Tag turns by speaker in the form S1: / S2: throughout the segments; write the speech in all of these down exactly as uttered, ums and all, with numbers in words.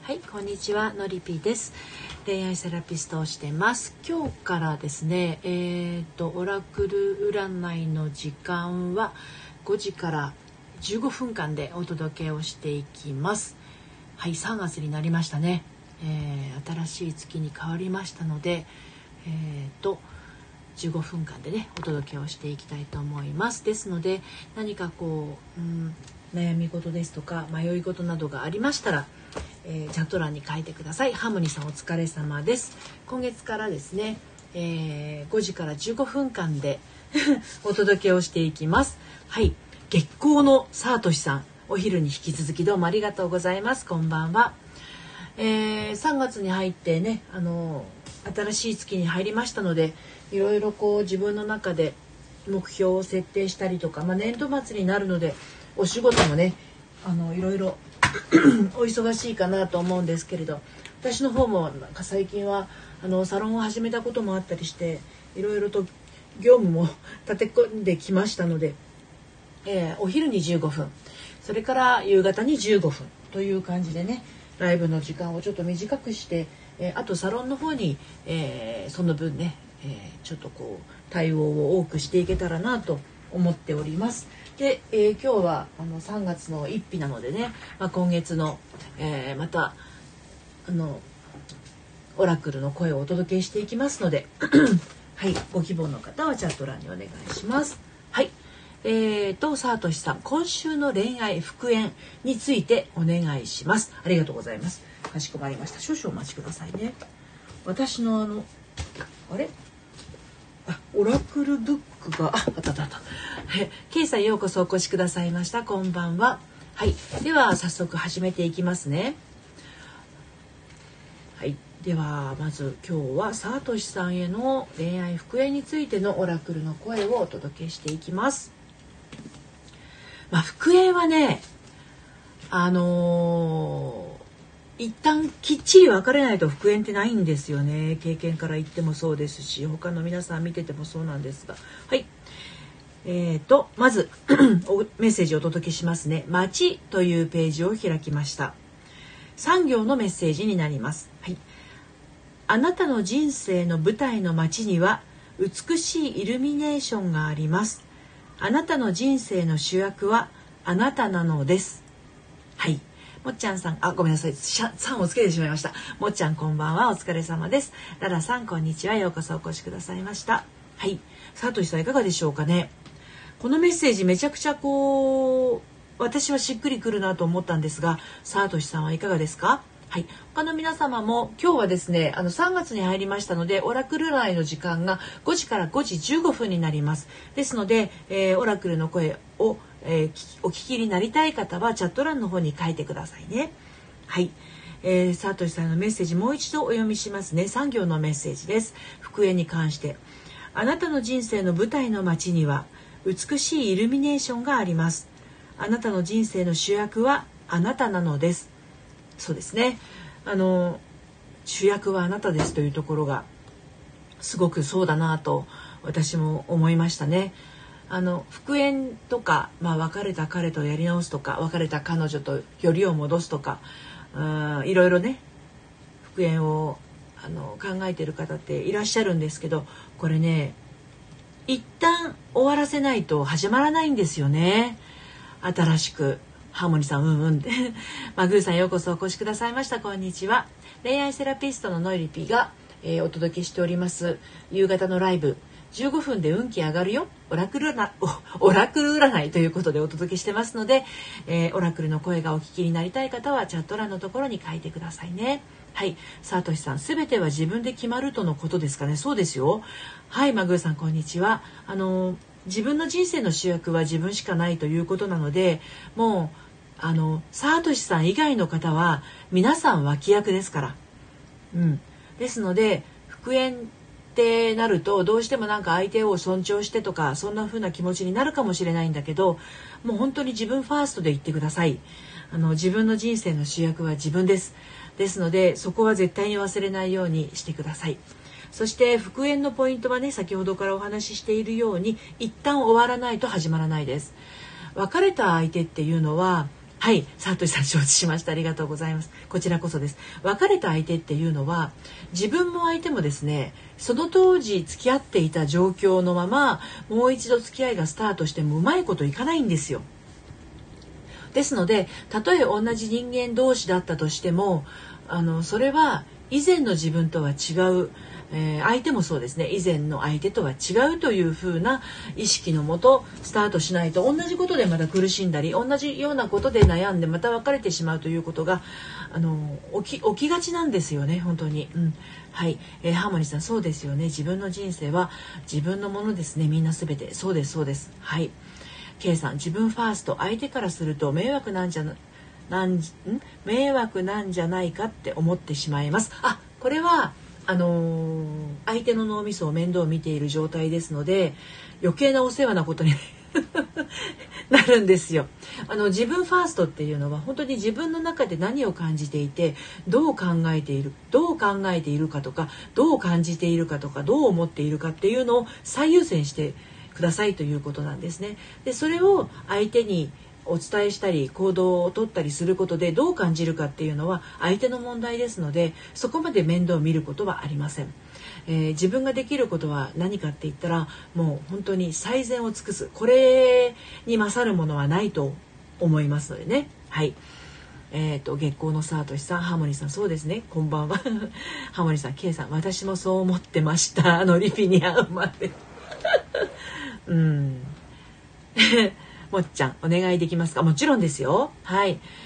S1: はい、こんにちは、のりぴです。恋愛セラピストをしてます。今日からですね、えーと、オラクル占いの時間はごじからじゅうごふんかんでお届けをしていきます。はい、さんがつになりましたね。えー、新しい月に変わりましたので、えーと、じゅうごふんかんでね、お届けをしていきたいと思います。ですので、何かこう、うん、悩み事ですとか迷い事などがありましたら、えー、チャット欄に書いてください。ハーモニーさんお疲れ様です。今月からですね、えー、ごじからじゅうごふんかんでお届けをしていきます。はい、月光のサートシさん、お昼に引き続きどうもありがとうございます。こんばんは。えー、さんがつに入ってね、あの新しい月に入りましたので、いろいろこう自分の中で目標を設定したりとか、まあ、年度末になるのでお仕事もね、あのいろいろお忙しいかなと思うんですけれど、私の方もなんか最近はあのサロンを始めたこともあったりして、いろいろと業務も立て込んできましたので、えー、お昼にじゅうごふん、それから夕方にじゅうごふんという感じでね、ライブの時間をちょっと短くして、えー、あとサロンの方に、えー、その分ね、えー、ちょっとこう対応を多くしていけたらなと思っております。で、えー、今日はあのさんがつのいっぴなのでね、まあ、今月の、えー、またあのオラクルの声をお届けしていきますのではい、ご希望の方はチャット欄にお願いします。はい、えーとサートシさん、今週の恋愛復縁についてお願いします。ありがとうございます。かしこまりました。少々お待ちくださいね。私のあのあれあオラクルブックがああったあったあった。ケイさん、ようこそお越しくださいました。こんばんは。はい、では早速始めていきますね。はい、ではまず今日はサートシさんへの恋愛復縁についてのオラクルの声をお届けしていきます。まあ、復縁はね、あのー一旦きっちり別れないと復縁ってないんですよね。経験から言ってもそうですし、他の皆さん見ててもそうなんですが、はい、えーとまずメッセージをお届けしますね。街というページを開きました。さん行のメッセージになります。はい、あなたの人生の舞台の街には美しいイルミネーションがあります。あなたの人生の主役はあなたなのです。はい、もっちゃんさん、あ、ごめんなさい、さんをつけてしまいました。もっちゃん、こんばんは、お疲れ様です。ララさん、こんにちは、ようこそお越しくださいました。はい、サトシさんいかがでしょうかね。このメッセージめちゃくちゃこう私はしっくりくるなと思ったんですが、サトシさんはいかがですか。はい、他の皆様も今日はですね、あのさんがつに入りましたので、オラクル占いの時間がごじからごじじゅうごふんになります。ですので、えー、オラクルの声を、えー、お聞きになりたい方はチャット欄の方に書いてくださいね。はい、えー、サトシさんのメッセージもう一度お読みしますね。さん行のメッセージです。復縁に関して、あなたの人生の舞台の街には美しいイルミネーションがあります。あなたの人生の主役はあなたなのです。そうですね、あの主役はあなたですというところがすごくそうだなと私も思いましたね。あの復縁とか、まあ、別れた彼とやり直すとか、別れた彼女とよりを戻すとか、うんいろいろね、復縁をあの考えている方っていらっしゃるんですけど、これね、一旦終わらせないと始まらないんですよね。新しく。ハーモニーさん、うんうんマグーさん、ようこそお越しくださいました。こんにちは。恋愛セラピストのノイリピが、えー、お届けしております夕方のライブ、じゅうごふんで運気上がるよ、オラクル占オラクル占いということでお届けしてますので、えー、オラクルの声がお聞きになりたい方はチャット欄のところに書いてくださいね。はい、サトシさん、すべては自分で決まるとのことですかね。そうですよ。はい、マグーさん、こんにちは。あの自分の人生の主役は自分しかないということなので、もうあのサトシさん以外の方は皆さん脇役ですから、うん、ですので復縁ってなるとどうしてもなんか相手を尊重してとか、そんな風な気持ちになるかもしれないんだけど、もう本当に自分ファーストで言ってください。あの自分の人生の主役は自分です。ですのでそこは絶対に忘れないようにしてください。そして復縁のポイントはね、先ほどからお話ししているように、一旦終わらないと始まらないです。別れた相手っていうのははい、サトシさん承知しました。ありがとうございます。こちらこそです。別れた相手っていうのは自分も相手もですね、その当時付き合っていた状況のままもう一度付き合いがスタートしてもうまいこといかないんですよ。ですので、たとえ同じ人間同士だったとしても、あのそれは以前の自分とは違う、えー、相手もそうですね、以前の相手とは違うという風な意識のもとスタートしないと、同じことでまた苦しんだり、同じようなことで悩んでまた別れてしまうということがあの起き、起きがちなんですよね、本当に。うん、はい、えー、ハーモニーさん、そうですよね。自分の人生は自分のものですね。みんなすべてそうです、そうです。はい。K さん、自分ファースト、相手からすると迷惑なんじゃななんん迷惑なんじゃないかって思ってしまいます。あ、これはあのー、相手の脳みそを面倒を見ている状態ですので、余計なお世話なことになるんですよ。あの自分ファーストっていうのは本当に自分の中で何を感じていて、どう考えているどう考えているかとか、どう感じているかとか、どう思っているかっていうのを最優先してくださいということなんですね。でそれを相手にお伝えしたり行動を取ったりすることでどう感じるかっていうのは相手の問題ですので、そこまで面倒を見ることはありません。えー、自分ができることは何かって言ったら、もう本当に最善を尽くす、これに勝るものはないと思いますのでね。はい。えーと、月光のサートシさん、ハーモニーさん、そうですね、こんばんは。ハーモニーさん、K さん、私もそう思ってました。あのリピに会うまで。うんもっちゃん、お願いできますか？もちろんですよ。はい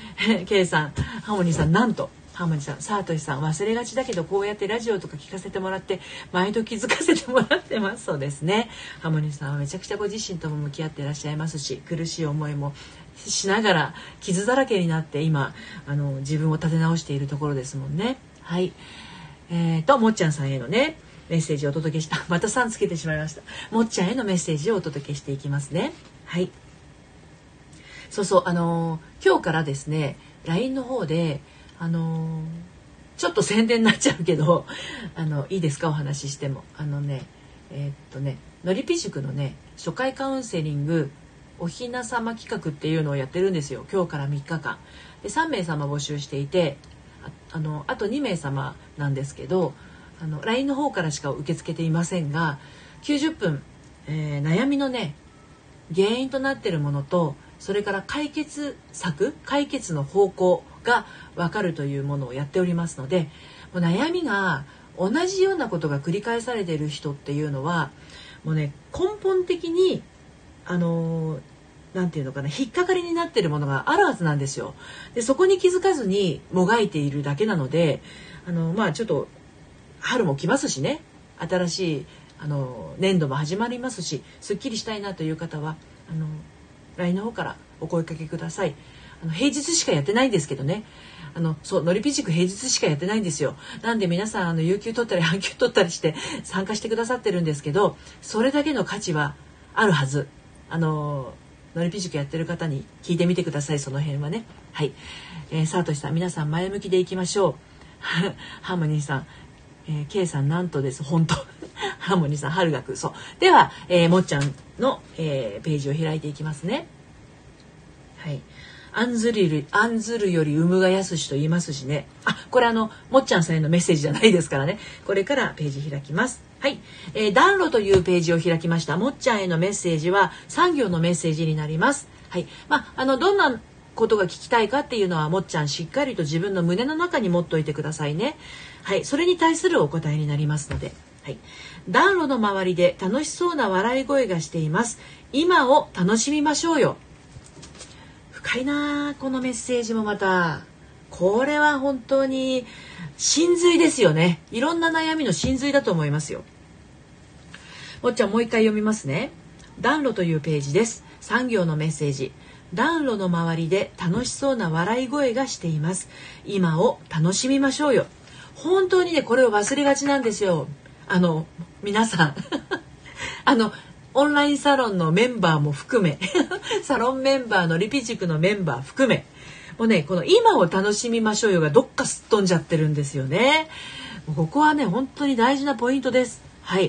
S1: 。K さん、ハーモニーさん、なんとハーモニーさん、サートシさん、忘れがちだけどこうやってラジオとか聞かせてもらって毎度気づかせてもらってます。そうですね。ハーモニーさんはめちゃくちゃご自身とも向き合っていらっしゃいますし、苦しい思いもしながら傷だらけになって今あの自分を立て直しているところですもんね。はい。えーともっちゃんさんへのねメッセージをお届けした。またさんつけてしまいました。もっちゃんへのメッセージをお届けしていきますね。はい。そうそう、あのー、今日からですね ライン の方で、あのー、ちょっと宣伝になっちゃうけどあのいいですか、お話ししても。あのねえー、っとねのりぴ塾のね初回カウンセリングおひなさま企画っていうのをやってるんですよ。今日からみっかかんでさんめいさま募集していて、 あ, あのあとにめいさまなんですけど、あの ライン の方からしか受け付けていませんが、きゅうじゅっぷん、えー、悩みのね原因となっているものと、それから解決策、解決の方向が分かるというものをやっておりますので、もう悩みが同じようなことが繰り返されている人っていうのはもうね根本的にあのー、なんていうのかな、引っかかりになっているものがあるはずなんですよ。でそこに気づかずにもがいているだけなので、あのー、まあちょっと春も来ますしね、新しいあの年度も始まりますし、すっきりしたいなという方はあの ライン の方からお声かけください。あの平日しかやってないんですけどね、あのそうのりぴ塾平日しかやってないんですよ。なんで皆さんあの有給取ったり半休取ったりして参加してくださってるんですけど、それだけの価値はあるはず。あののりぴ塾やってる方に聞いてみてください、その辺はね。はい、えー、サートシさん、皆さん前向きでいきましょう。ハーモニーさん、えー、K さん、なんとです、本当ハーモニーさん、春学、そうでは、えー、もっちゃんの、えー、ページを開いていきますね。はい。案ずるより案ずるより産むがやすしと言いますしね。あ、これあのもっちゃんさんへのメッセージじゃないですからね。これからページ開きます。はい、えー、暖炉というページを開きました。もっちゃんへのメッセージはさん行のメッセージになります。はい。まああのどんなことが聞きたいかっていうのはもっちゃんしっかりと自分の胸の中に持っておいてくださいね。はい、それに対するお答えになりますので。はい。暖炉の周りで楽しそうな笑い声がしています。今を楽しみましょうよ。深いな、このメッセージもまた。これは本当に真髄ですよね。いろんな悩みの真髄だと思いますよ。もっちゃんもう一回読みますね。暖炉というページです。さん行のメッセージ。暖炉の周りで楽しそうな笑い声がしています。今を楽しみましょうよ。本当にね、これを忘れがちなんですよ。あの皆さんあのオンラインサロンのメンバーも含めサロンメンバーのリピ塾のメンバー含め、もうねこの今を楽しみましょうよがどっかすっ飛んじゃってるんですよね。もうここはね本当に大事なポイントです。はい。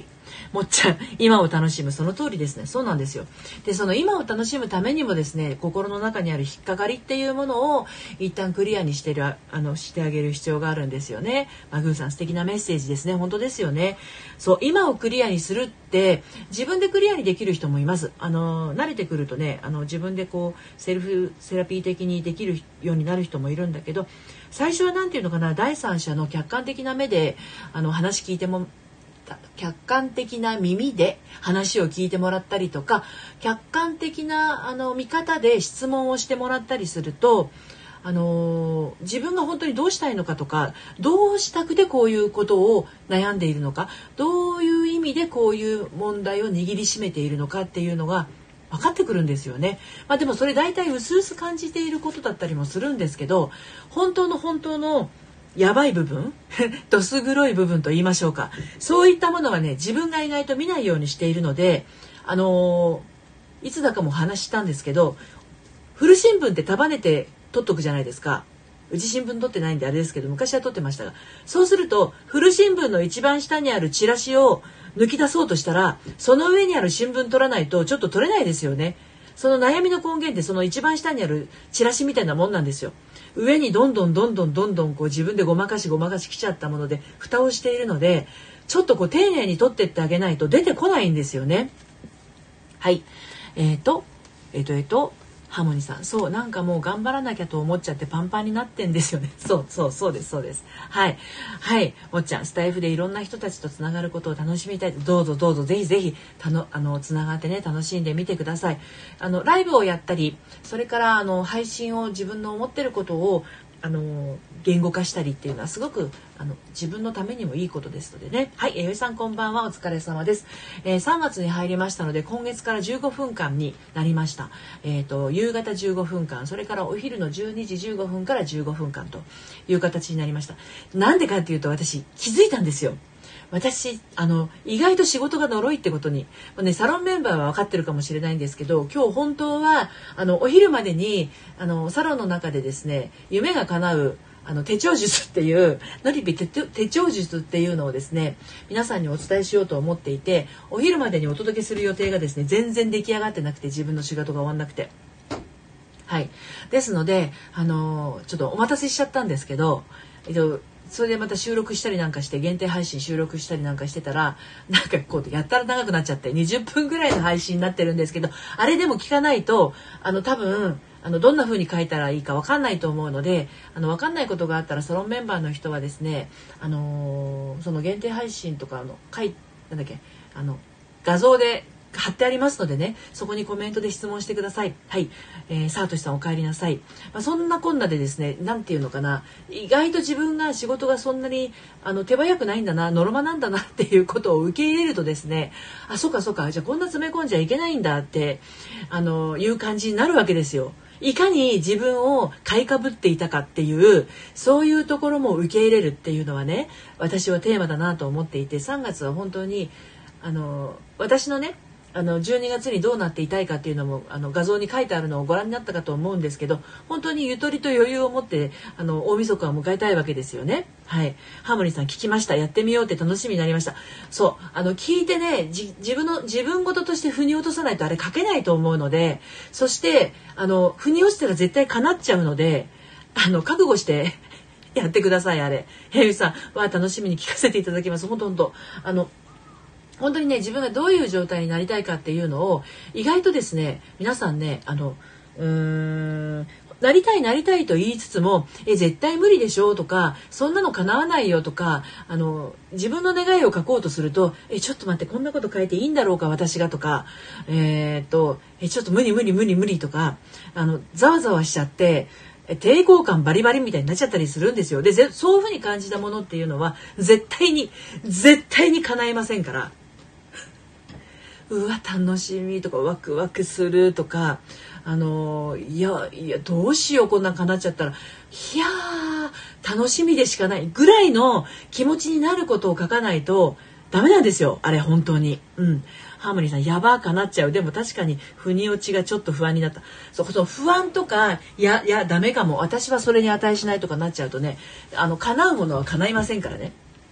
S1: もっちゃん今を楽しむ、その通りですね。そうなんですよ。でその今を楽しむためにもですね、心の中にある引っかかりっていうものを一旦クリアにしてるあのしてあげる必要があるんですよね。マグーさん素敵なメッセージですね。本当ですよね。そう今をクリアにするって自分でクリアにできる人もいます。あの慣れてくるとね、あの自分でこうセルフセラピー的にできるようになる人もいるんだけど、最初はなんていうのかな、第三者の客観的な目であの話聞いても客観的な耳で話を聞いてもらったりとか、客観的なあの見方で質問をしてもらったりすると、あのー、自分が本当にどうしたいのかとか、どうしたくてこういうことを悩んでいるのか、どういう意味でこういう問題を握りしめているのかっていうのが分かってくるんですよね。まあ、でもそれ大体薄々感じていることだったりもするんですけど、本当の本当のやばい部分どす黒い部分と言いましょうか、そういったものはね、自分が意外と見ないようにしているので、あのー、いつだかも話したんですけど、古新聞って束ねて取っとくじゃないですか。うち新聞取ってないんであれですけど、昔は取ってましたが、そうすると古新聞の一番下にあるチラシを抜き出そうとしたら、その上にある新聞取らないとちょっと取れないですよね。その悩みの根源ってその一番下にあるチラシみたいなもんなんですよ。上にどんどんどんどんどんどんこう自分でごまかしごまかしきちゃったもので蓋をしているので、ちょっとこう丁寧に取ってってあげないと出てこないんですよね。はい。えっと、えっと、えっと、ハーモニーさん、そうなんかもう頑張らなきゃと思っちゃってパンパンになってんですよね。そうそうそうですそうです。はいはいもっちゃん、スタイフでいろんな人たちとつながることを楽しみたい。どうぞどうぞぜひぜひたのあのつながってね、楽しんでみてください。あのライブをやったり、それからあの配信を自分の思ってることをあの言語化したりっていうのはすごくあの自分のためにもいいことですのでね。はい、えよいさんこんばんは、お疲れ様です。えー、さんがつに入りましたので、今月からじゅうごふんかんになりました。えーと夕方じゅうごふんかん、それからお昼のじゅうにじじゅうごふんからじゅうごふんかんという形になりました。なんでかっていうと、私気づいたんですよ。私あの意外と仕事が呪いってことに、ね、サロンメンバーは分かってるかもしれないんですけど、今日本当はあのお昼までにあのサロンの中でですね、夢が叶うあの手帳術っていうのりぴ手帳術っていうのをですね、皆さんにお伝えしようと思っていて、お昼までにお届けする予定がですね、全然出来上がってなくて、自分の仕事が終わんなくて、はいですのであのちょっとお待たせしちゃったんですけど、えっとそれでまた収録したりなんかして、限定配信収録したりなんかしてたら、なんかこうやったら長くなっちゃってにじゅっぷんぐらいの配信になってるんですけど、あれでも聞かないとあの多分あのどんな風に書いたらいいか分かんないと思うので、あの分かんないことがあったらサロンメンバーの人はですね、あのー、その限定配信とかの書いなんだっけあの画像で貼ってありますのでね、そこにコメントで質問してください。はい、えー、サートシさんお帰りなさい。まあ、そんなこんなでですね、なんていうのかな、意外と自分が仕事がそんなにあの手早くないんだな、ノルマなんだなっていうことを受け入れるとですね、あ、そうかそうか、じゃあこんな詰め込んじゃいけないんだってあのいう感じになるわけですよ。いかに自分を買いかぶっていたかっていう、そういうところも受け入れるっていうのはね、私はテーマだなと思っていて、さんがつは本当にあの私のね、あのじゅうにがつにどうなっていたいかっていうのもあの画像に書いてあるのをご覧になったかと思うんですけど、本当にゆとりと余裕を持ってあの大晦日を迎えたいわけですよね。はい、ハーモニーさん聞きました。やってみようって楽しみになりました。そうあの聞いてね、じ自分の自分事として腑に落とさないとあれ書けないと思うので、そしてあの腑に落ちたら絶対叶っちゃうので、あの覚悟してやってください。あれヘイさんは楽しみに聞かせていただきます。本当本当あの本当にね、自分がどういう状態になりたいかっていうのを意外とですね、皆さんね、あのうーんなりたいなりたいと言いつつも、え絶対無理でしょとか、そんなの叶わないよとか、あの自分の願いを書こうとすると、えちょっと待って、こんなこと書いていいんだろうか私がとか、えー、っとえちょっと無理無理無理無理とか、あのざわざわしちゃって抵抗感バリバリみたいになっちゃったりするんですよ。でそういうふうに感じたものっていうのは絶対に絶対に叶えませんから。うわ楽しみとかワクワクするとか、あのいやいやどうしようこんなんかなっちゃったら、いやー楽しみでしかないぐらいの気持ちになることを書かないとダメなんですよ、あれ本当に。うん、ハーモニーさんやばーかなっちゃう。でも確かに腑に落ちがちょっと不安になった。そうその不安とかいやいやダメかも、私はそれに値しないとかなっちゃうとね、あの叶うものは叶いませんからね。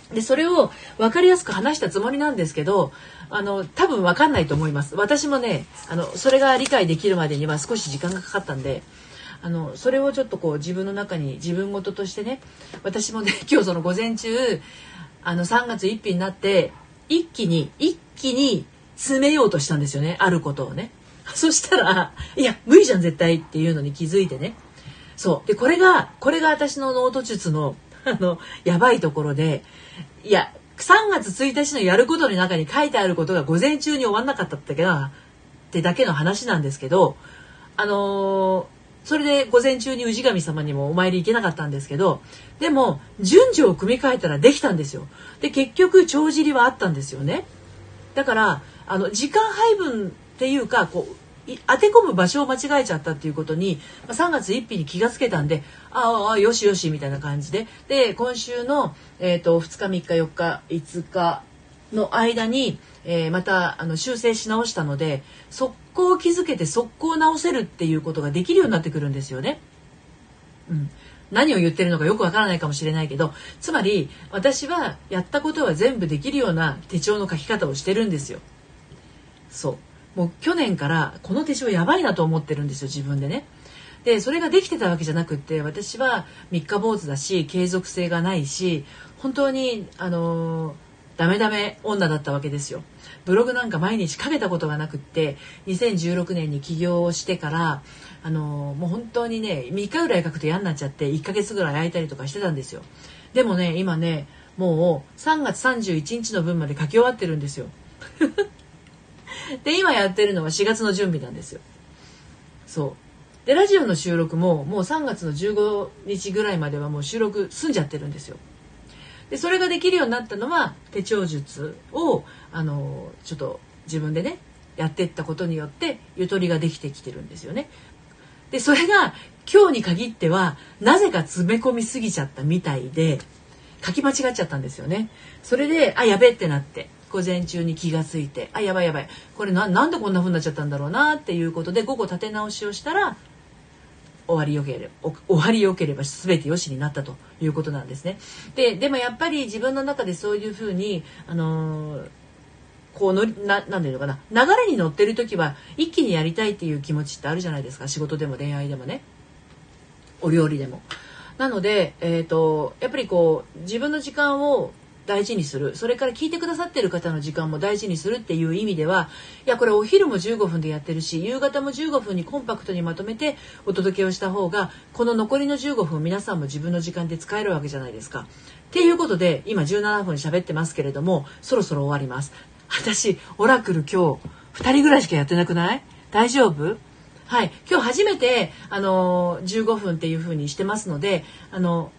S1: でそれを分かりやすく話したつもりなんですけど、あの多分分かんないと思います。私もね、あのそれが理解できるまでには少し時間がかかったんで、あのそれをちょっとこう自分の中に自分事としてね、私もね今日その午前中あのさんがつついたちになって一気に一気に詰めようとしたんですよね、あることをね。そしたらいや無理じゃん絶対っていうのに気づいてね。そうでこれがこれが私のノート術のあのやばいところで、いやさんがつついたちのやることの中に書いてあることが午前中に終わんなかったってだけなってだけの話なんですけど、あのー、それで午前中に氏神様にもお参り行けなかったんですけど、でも順序を組み替えたらできたんですよ。で結局帳尻はあったんですよね。だからあの時間配分っていうかこう当て込む場所を間違えちゃったっていうことにさんがつついたちに気がつけたんで、ああよしよしみたいな感じで、で今週の、えー、とふつかみっかよっかいつかの間に、えー、またあの修正し直したので、速攻気づけて速攻直せるっていうことができるようになってくるんですよね。うん、何を言ってるのかよくわからないかもしれないけど、つまり私はやったことは全部できるような手帳の書き方をしてるんですよ。そうもう去年からこの手帳やばいなと思ってるんですよ、自分でね。でそれができてたわけじゃなくって、私は三日坊主だし継続性がないし、本当にあのー、ダメダメ女だったわけですよ。ブログなんか毎日書けたことがなくって、にせんじゅうろくねんに起業をしてからあのー、もう本当にねみっかぐらい書くと嫌になっちゃっていっかげつぐらい空いたりとかしてたんですよ。でもね今ねもうさんがつさんじゅういちにちの分まで書き終わってるんですよで今やってるのはしがつの準備なんですよ。そうでラジオの収録ももうさんがつのじゅうごにちぐらいまではもう収録済んじゃってるんですよ。でそれができるようになったのは手帳術をあのちょっと自分でねやっていったことによってゆとりができてきてるんですよね。でそれが今日に限ってはなぜか詰め込みすぎちゃったみたいで書き間違っちゃったんですよね。それであやべってなって午前中に気がついて、あやばいやばいこれ な, なんでこんな風になっちゃったんだろうなっていうことで午後立て直しをしたら終わりよければ終わりよければ全てよしになったということなんですね。ででもやっぱり自分の中でそういう風にあのー、こうのななんていうのかな、流れに乗ってる時は一気にやりたいっていう気持ちってあるじゃないですか。仕事でも恋愛でもね、お料理でも。なので、えーと、やっぱりこう自分の時間を大事にする、それから聞いてくださってる方の時間も大事にするっていう意味では、いやこれお昼もじゅうごふんでやってるし夕方もじゅうごふんにコンパクトにまとめてお届けをした方がこの残りのじゅうごふん皆さんも自分の時間で使えるわけじゃないですか。っていうことで今じゅうななふん喋ってますけれども、そろそろ終わります。私オラクル今日ふたりぐらいしかやってなくない？大丈夫？はい、今日初めてあのじゅうごふんっていう風にしてますので、あの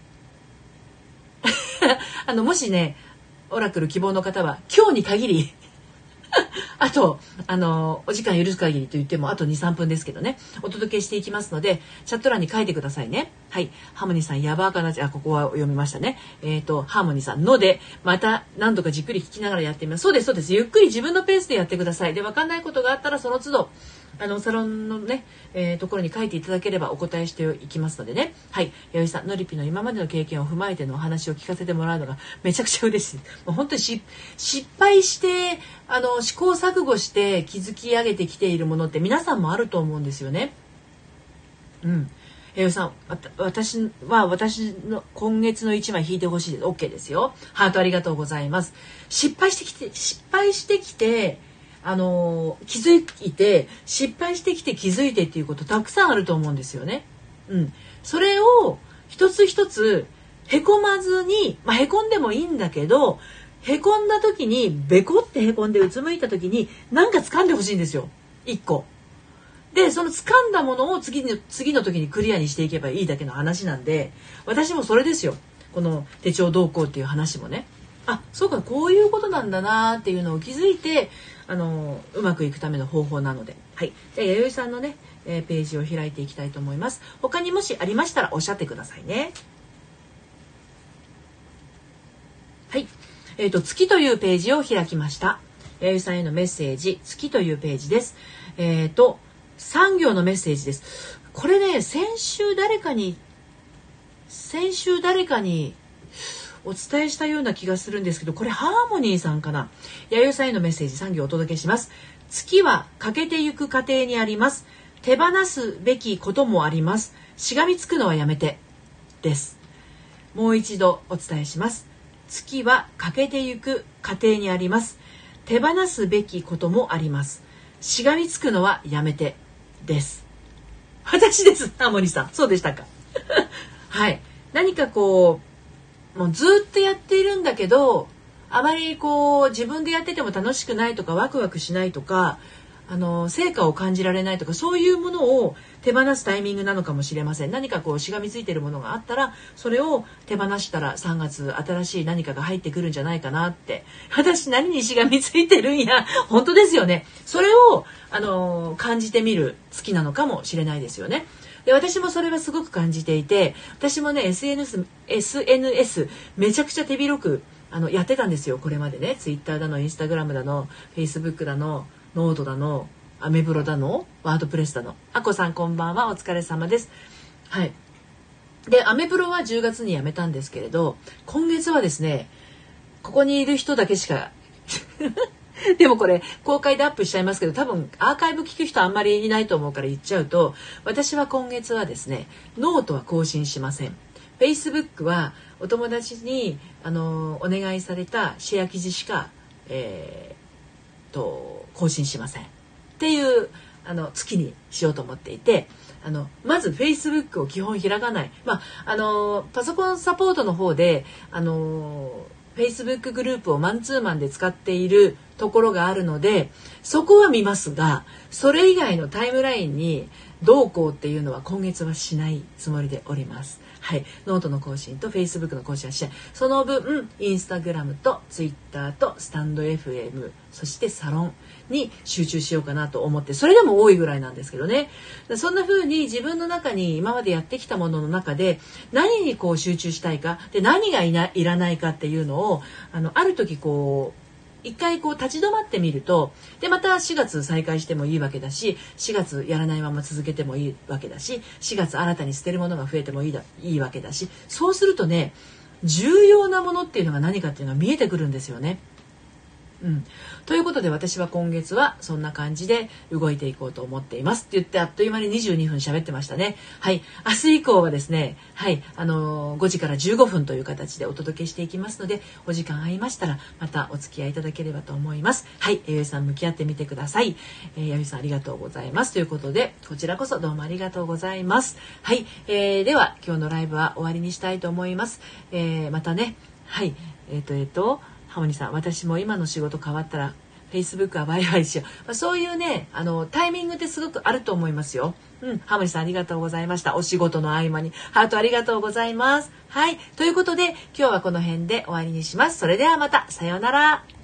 S1: あのもしねオラクル希望の方は今日に限りあとあのお時間許す限りと言ってもあと にさんぷんですけどね、お届けしていきますのでチャット欄に書いてくださいね。はい、ハーモニーさんやばーかな、あここは読みましたね。えっ、ー、とハーモニーさんのでまた何度かじっくり聞きながらやってみます。そうですそうです、ゆっくり自分のペースでやってください。で分かんないことがあったらその都度あのサロンのね、えー、ところに書いていただければお答えしていきますのでね。はい、弥生さんのりぴの今までの経験を踏まえてのお話を聞かせてもらうのがめちゃくちゃ嬉しい。もう本当にし失敗してあの試行錯誤して築き上げてきているものって皆さんもあると思うんですよね。うん。弥生さん、私は私の今月のいちまい引いてほしいです。 OK ですよ。ハートありがとうございます。失敗してきて失敗してきてあの気づいて失敗してきて気づいてっていうことたくさんあると思うんですよね。うん、それを一つ一つへこまずに、まあ、へこんでもいいんだけど、へこんだ時にベコってへこんでうつむいた時に何か掴んでほしいんですよ。一個でその掴んだものを次の次の時にクリアにしていけばいいだけの話なんで、私もそれですよ。この手帳どうこうっていう話もね、あそうかこういうことなんだなっていうのを気づいてあのうまくいくための方法なので、はい、じゃあ弥生さんのね、えー、ページを開いていきたいと思います。他にもしありましたらおっしゃってくださいね。はい、えーと月というページを開きました。弥生さんへのメッセージ、月というページです。えーとさん行のメッセージです。これね先週誰かに先週誰かにお伝えしたような気がするんですけど、これハーモニーさんかな。弥生さんへのメッセージさん行お届けします。月は欠けてゆく過程にあります。手放すべきこともあります。しがみつくのはやめてです。もう一度お伝えします。月は欠けてゆく過程にあります。手放すべきこともあります。しがみつくのはやめてです。私です、ハーモニーさん。そうでしたか。はい。何かこう、もうずっとやっているんだけど、あまりこう自分でやってても楽しくないとかワクワクしないとか、あの成果を感じられないとか、そういうものを手放すタイミングなのかもしれません。何かこうしがみついているものがあったら、それを手放したらさんがつ新しい何かが入ってくるんじゃないかなって。私何にしがみついてるんや。本当ですよね。それをあの感じてみる月なのかもしれないですよね。で、私もそれはすごく感じていて、私もね エスエヌエス エスエヌエス めちゃくちゃ手広くあのやってたんですよ。これまでね、ツイッターだのインスタグラムだのフェイスブックだのノートだのアメブロだのワードプレスだの。あこさんこんばんは、お疲れ様です。はい。で、アメブロはじゅうがつに辞めたんですけれど、今月はですね、ここにいる人だけしかでもこれ公開でアップしちゃいますけど、多分アーカイブ聞く人あんまりいないと思うから言っちゃうと、私は今月はですね、ノートは更新しません。Facebook はお友達にあのお願いされたシェア記事しか、えー、と更新しませんっていうあの月にしようと思っていて、あのまず Facebook を基本開かない、まあ、あのパソコンサポートの方であの Facebook グループをマンツーマンで使っているところがあるので、そこは見ますが、それ以外のタイムラインにどうこうっていうのは今月はしないつもりでおります。はい、ノートの更新とフェイスブックの更新はしない。その分インスタグラムとツイッターとスタンド エフエム、そしてサロンに集中しようかなと思って、それでも多いぐらいなんですけどね。そんな風に自分の中に今までやってきたものの中で何にこう集中したいかで、何がいな、いらないかっていうのをあのある時こう一回こう立ち止まってみると、でまたしがつ再開してもいいわけだし、しがつやらないまま続けてもいいわけだし、しがつ新たに捨てるものが増えてもいいだ、いいわけだし、そうするとね、重要なものっていうのが何かっていうのが見えてくるんですよね。うん、ということで私は今月はそんな感じで動いていこうと思っていますって言って、あっという間ににじゅうにふん喋ってましたね。はい、明日以降はですね、はい、あのー、ごじからじゅうごふんという形でお届けしていきますので、お時間合いましたらまたお付き合いいただければと思います。はい、弥生さん向き合ってみてください。えー、弥生さんありがとうございますということで、こちらこそどうもありがとうございます。はい、えー、では今日のライブは終わりにしたいと思います。えー、またね、はい、えっとえっとハモニさん、私も今の仕事変わったら Facebook はバイバイしよう、まあ、そういうねあのタイミングってすごくあると思いますよ。うん、ハモニさんありがとうございました。お仕事の合間にハートありがとうございます。はい、ということで今日はこの辺で終わりにします。それではまた、さようなら。